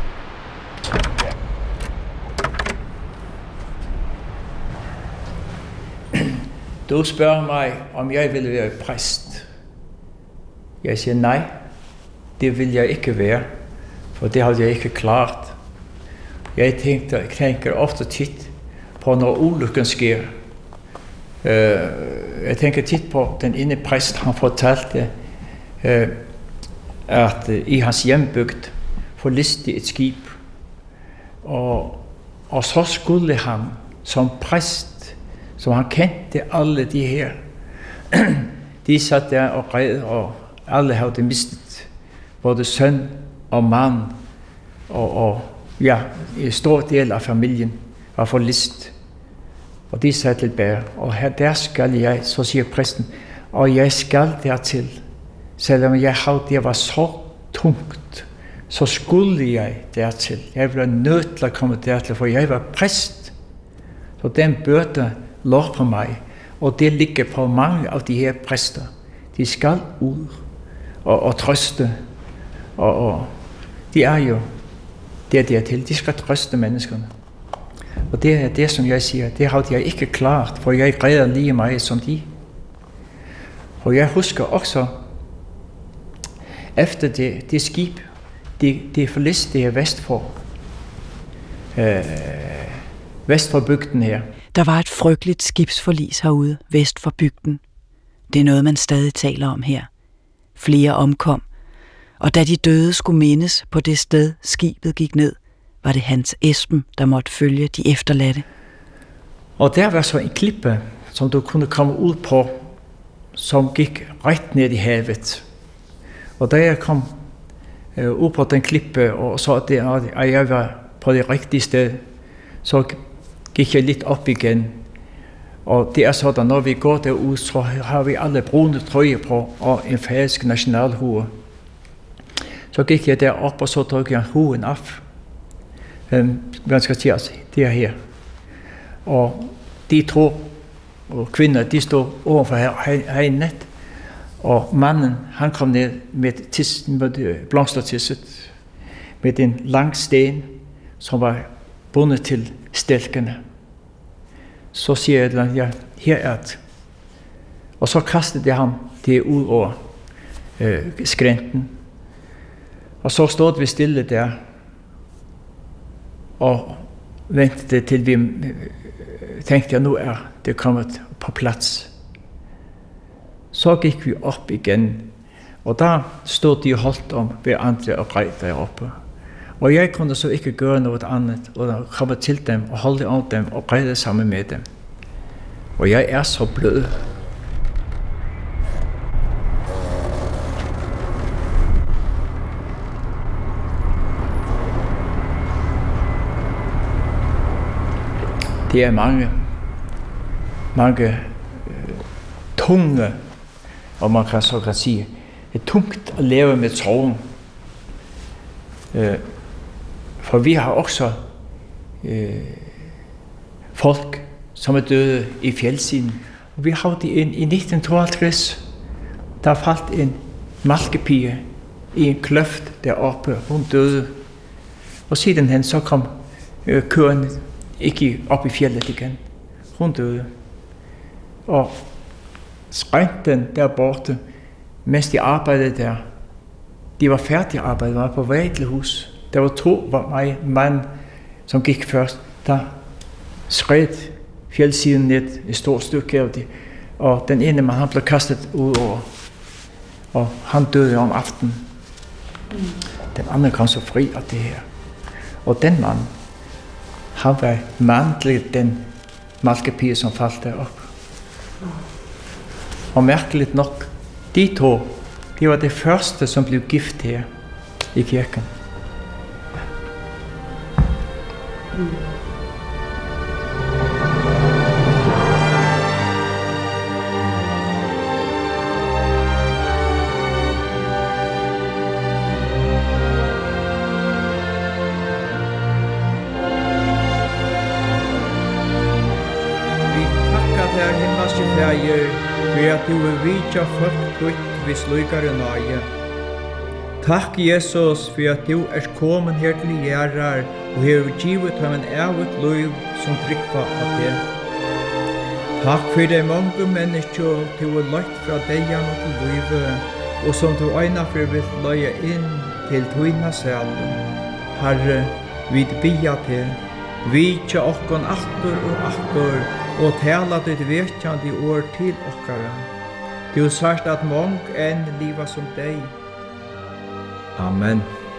S4: Du spørger mig, om jeg vil være præst. Jeg siger nej. Det vil jeg ikke være, for det havde jeg ikke klart. Jeg tænkte, jeg tænker ofte tit på, når ulykken sker. Uh, jeg tænker tit på den ene præst, han fortalte, uh, at uh, i hans hjembygd forliste et skib, og, og så skulle han som præst, som han kendte alle de her, de satt der og red, og alle havde mistet både søn og mand, og, og ja, en stor del af familien var forlist. Og de sagde tilbage, og her der skal jeg, så siger præsten, og jeg skal dertil, selvom jeg havde, det var så tungt, så skulle jeg dertil. Jeg blev nødt til at komme dertil, for jeg var præst. Så den byrde lå på mig, og det ligger på mange af de her præster. De skal ud og, og trøste. Og, og de er jo der dertil. De skal trøste menneskerne. Og det er det, som jeg siger, det havde jeg ikke klart, for jeg græder lige meget som de. Og jeg husker også, efter det, det skib, det, det forliste her vest for, øh, vest for bygden her.
S1: Der var et frygteligt skibsforlis herude, vest for bygden. Det er noget, man stadig taler om her. Flere omkom. Og da de døde skulle mindes på det sted, skibet gik ned, var det Hans Esben, der måtte følge de efterladte.
S4: Og der var så en klippe, som du kunne komme ud på, som gik ret ned i havet. Og da jeg kom øh, ud på den klippe, og så at jeg var på det rigtige sted, så gik jeg lidt op igen. Og det er sådan, når vi går derud, så har vi alle brune trøjer på, og en færøsk nationalhue. Så gik jeg derop, og så tog jeg huen af. Um, ganske tirs, det er her. Og de to og kvinder, de stod overfor hegnet. Og manden, han kom ned med, tis, med blomstertisset, med en lang sten, som var bundet til stelkene. Så siger jeg, ja, her er det. Og så kastede jeg ham det ud over øh, skrænten. Og så stod vi stille der. og ventede til vi tenkte, ja, nu er det kommet på plads. Så gikk vi opp igen, og da stod de og holdt om ved andre og greit der oppe. Og jeg kunne så ikke gøre noget andet, og komme til dem og holde om dem og grejde sammen med dem. Og jeg er så blød. Det er mange, mange øh, tunge, og man kan så kan sige, det er tungt at leve med troen. Øh, for vi har også øh, folk, som er døde i fjeldsiden. Og vi havde en i nitten tooghalvtreds, der faldt en malkepige i en kløft deroppe. Hun døde. Og siden hen så kom øh, køren ikke op i fjellet igen. Hun døde. Og skrænten der borte, mens de arbejdede der, de var færdige arbejde, var på vej til hus. Der var to var mand, som gik først, der skred fjeldsiden ned et stort stykke af det, og den ene mand, han blev kastet ud over, og han døde om aftenen. Den andre kom så fri af det her. Og den mand, han var mand til den malkepige, som faldt derop. Og mærkeligt nok, de to, de var det første, som blev gift her i kirken. Mm.
S10: Ved at du vil vidja folk trygt hvis lykare nøye. Takk, Jesus, for at du er kommet her til gjerrar og har givet ham en evet liv som tryggva av det. Takk for de mange mennesker du har lagt fra deian og til livet, og som du einafor vil løye inn til tøyna salen. Herre, vi bia til, vidja okkon aktor og aktor, og tala ditt vetjandi år til okkara. Du sagt at mong enn liva som deg. Amen.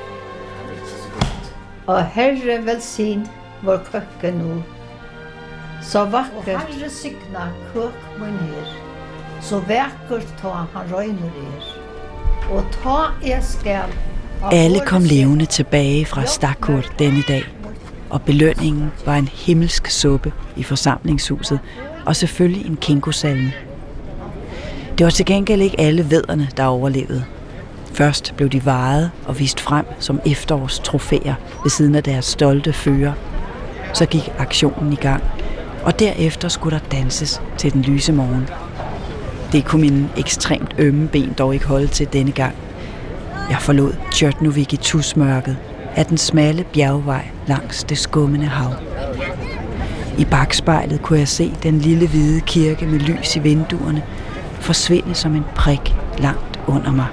S3: Og Herre velsign vår køkke nå. Så vakkert. Og Herre signa køk min her. Så vakkert ta han røyner er. Og ta jeg skal.
S1: Alle kom levende tilbage fra Stakurt denne dag. Og belønningen var en himmelsk suppe i forsamlingshuset, og selvfølgelig en kinkosalme. Det var til gengæld ikke alle vædderne, der overlevede. Først blev de vejet og vist frem som efterårstrofæer ved siden af deres stolte fører. Så gik aktionen i gang, og derefter skulle der danses til den lyse morgen. Det kunne mine ekstremt ømme ben dog ikke holde til denne gang. Jeg forlod Tjørnovik i tusmørket af den smalle bjergvej langs det skummende hav. I bakspejlet kunne jeg se den lille hvide kirke med lys i vinduerne forsvinde som en prik langt under mig.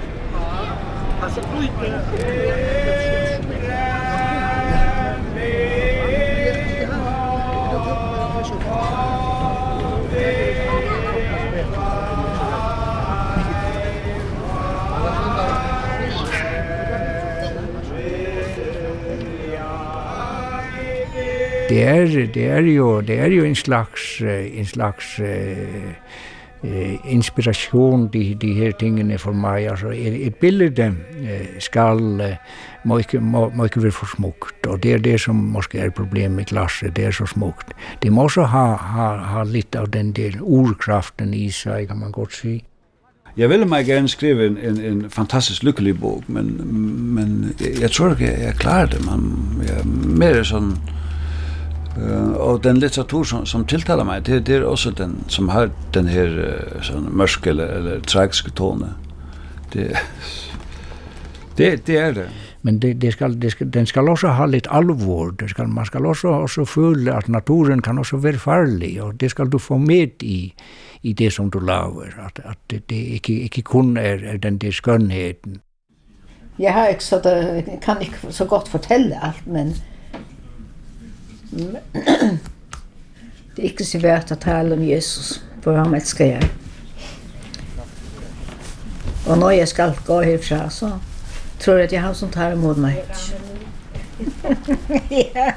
S2: Det er, det er jo, det er jo en slags, en slags uh, inspiration, de, de her tingene for mig. Altså, et, et billede uh, skal, uh, må, ikke, må, må ikke være for smukt, og det er det, som måske er problemet med glasset, det er så smukt. Det må også ha, ha, ha lidt af den der urkraften i sig, kan man godt sige.
S5: Jeg ville mig gerne skrive en, en, en fantastisk lykkelig bog, men, men jeg tror ikke, jeg klarer det. Man, jeg er mere sådan... Uh, og den litteratur som, som tiltaler mig, det, det er også den som har den her uh, sådan mørke eller, eller tragiske tone. Det, det, det er det.
S2: Men det, det skal, det skal, den skal også ha lidt alvor. Det skal, man skal også, også føle, at naturen kan også være farlig, og det skal du få med i, i det, som du laver. At, at det, det ikke, ikke kun er, er den der skønheden.
S3: Jeg har ikke så, der, kan ikke så godt fortælle alt, men Det er ikke så værd at tale om Jesus, for ham elsker jeg. Og når jeg skal gå herfra, så tror jeg, at jeg har som tar imod mig. Ja.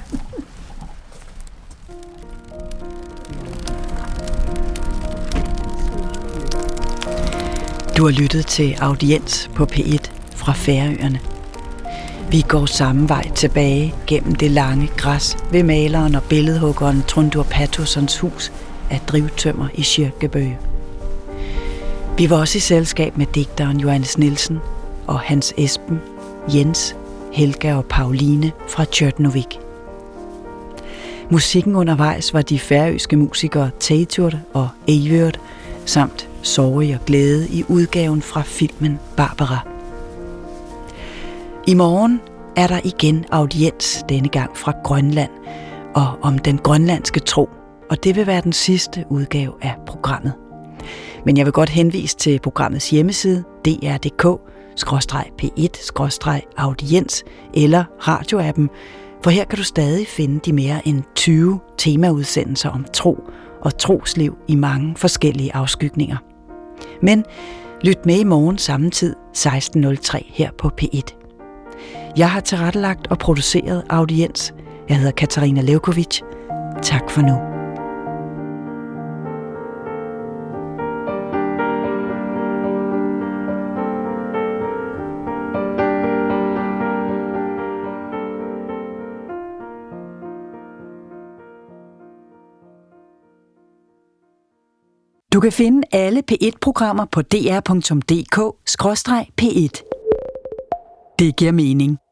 S1: Du har lyttet til Audiens på P et fra Færøerne. Vi går samme vej tilbage gennem det lange græs ved maleren og billedhuggeren Tróndur Péturssons hus af drivtømmer i Kyrkjebø. Vi var også i selskab med digteren Johannes Nielsen og Hans Esben, Jens, Helga og Pauline fra Tjørnovik. Musikken undervejs var de færøske musikere Teitur og Eivør samt Sorg og Glæde i udgaven fra filmen Barbara. I morgen er der igen audiens, denne gang fra Grønland, og om den grønlandske tro, og det vil være den sidste udgave af programmet. Men jeg vil godt henvise til programmets hjemmeside, d r punktum d k skråstreg p et skråstreg audiens eller radioappen, for her kan du stadig finde de mere end tyve temaudsendelser om tro og trosliv i mange forskellige afskygninger. Men lyt med i morgen samme tid seksten nul tre her på P et. Jeg har tilrettelagt og produceret Audiens. Jeg hedder Katarina Levkovic. Tak for nu. Du kan finde alle P et-programmer på d r punktum d k skråstreg p et. Det giver mening.